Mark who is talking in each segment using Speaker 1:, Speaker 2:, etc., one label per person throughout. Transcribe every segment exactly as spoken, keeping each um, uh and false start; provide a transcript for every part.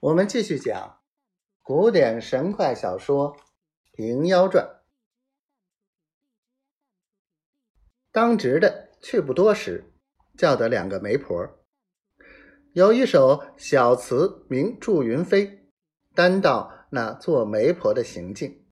Speaker 1: 我们继续讲古典神怪小说《平妖传》。当值的去不多时，叫得两个媒婆，有一首小词名祝云飞，单道那做媒婆的行径。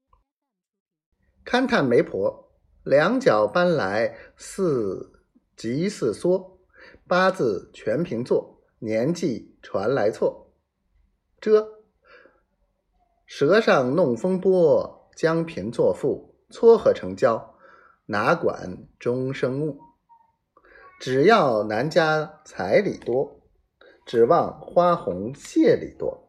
Speaker 1: 勘探媒婆，两脚搬来似急似缩，八字全平坐，年纪传来错。遮舌上弄风波，将贫作富，撮合成交，哪管终生物。只要男家彩礼多，指望花红谢礼多。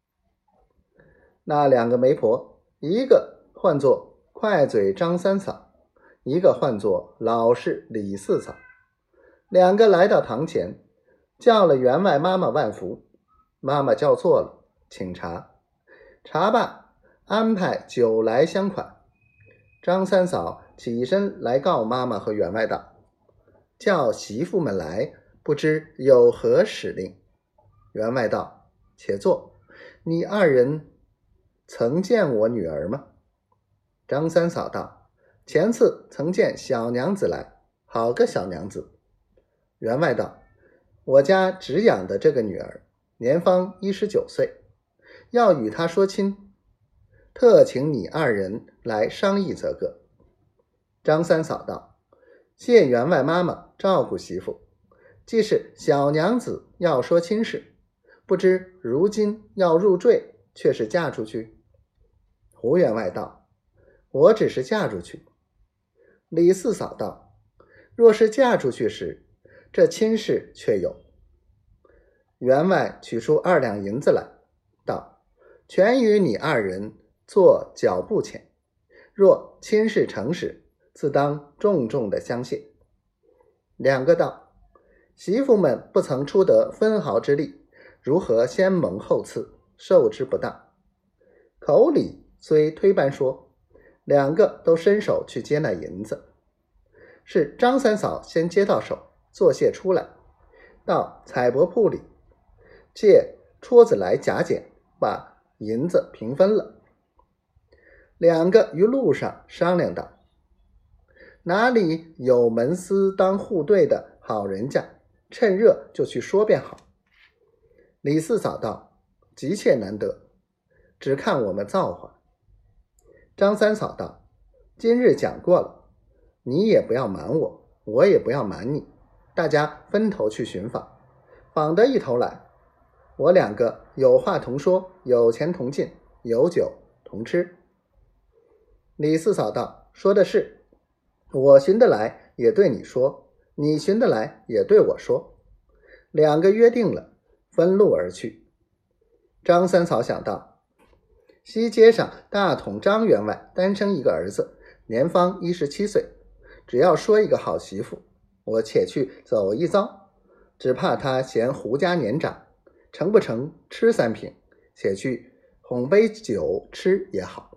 Speaker 1: 那两个媒婆，一个唤作快嘴张三嫂，一个唤作老实李四嫂。两个来到堂前，叫了员外妈妈万福。妈妈叫错了，请茶。茶罢，安排酒来相款。张三嫂起身来告妈妈和员外道，叫媳妇们来，不知有何使令。员外道，且坐，你二人曾见我女儿吗？张三嫂道，前次曾见小娘子来，好个小娘子。员外道，我家只养的这个女儿，年方一十九岁，要与她说亲，特请你二人来商议这个。张三嫂道，谢员外妈妈照顾媳妇，既是小娘子要说亲事，不知如今要入赘，却是嫁出去。胡员外道，我只是嫁出去。李四嫂道，若是嫁出去时，这亲事却有。员外取出二两银子来，道，全与你二人做脚步钱，若亲事成时，自当重重的相谢。两个道，媳妇们不曾出得分毫之力，如何先蒙后赐，受之不当。口里虽推般说，两个都伸手去接那银子，是张三嫂先接到手，作谢出来，到彩帛铺里借戳子来夹剪，把银子平分了。两个于路上商量道，哪里有门司当户对的好人家，趁热就去说便好。李四嫂道，急切难得，只看我们造化。张三嫂道，今日讲过了，你也不要瞒我，我也不要瞒你，大家分头去寻访，访得一头来，我两个有话同说，有钱同进，有酒同吃。李四嫂道，说的是，我寻得来也对你说，你寻得来也对我说。两个约定了，分路而去。张三嫂想到，西街上大统张员外单生一个儿子，年方一十七岁，只要说一个好媳妇，我且去走一遭，只怕他嫌胡家年长，成不成吃三瓶，且去哄杯酒吃也好。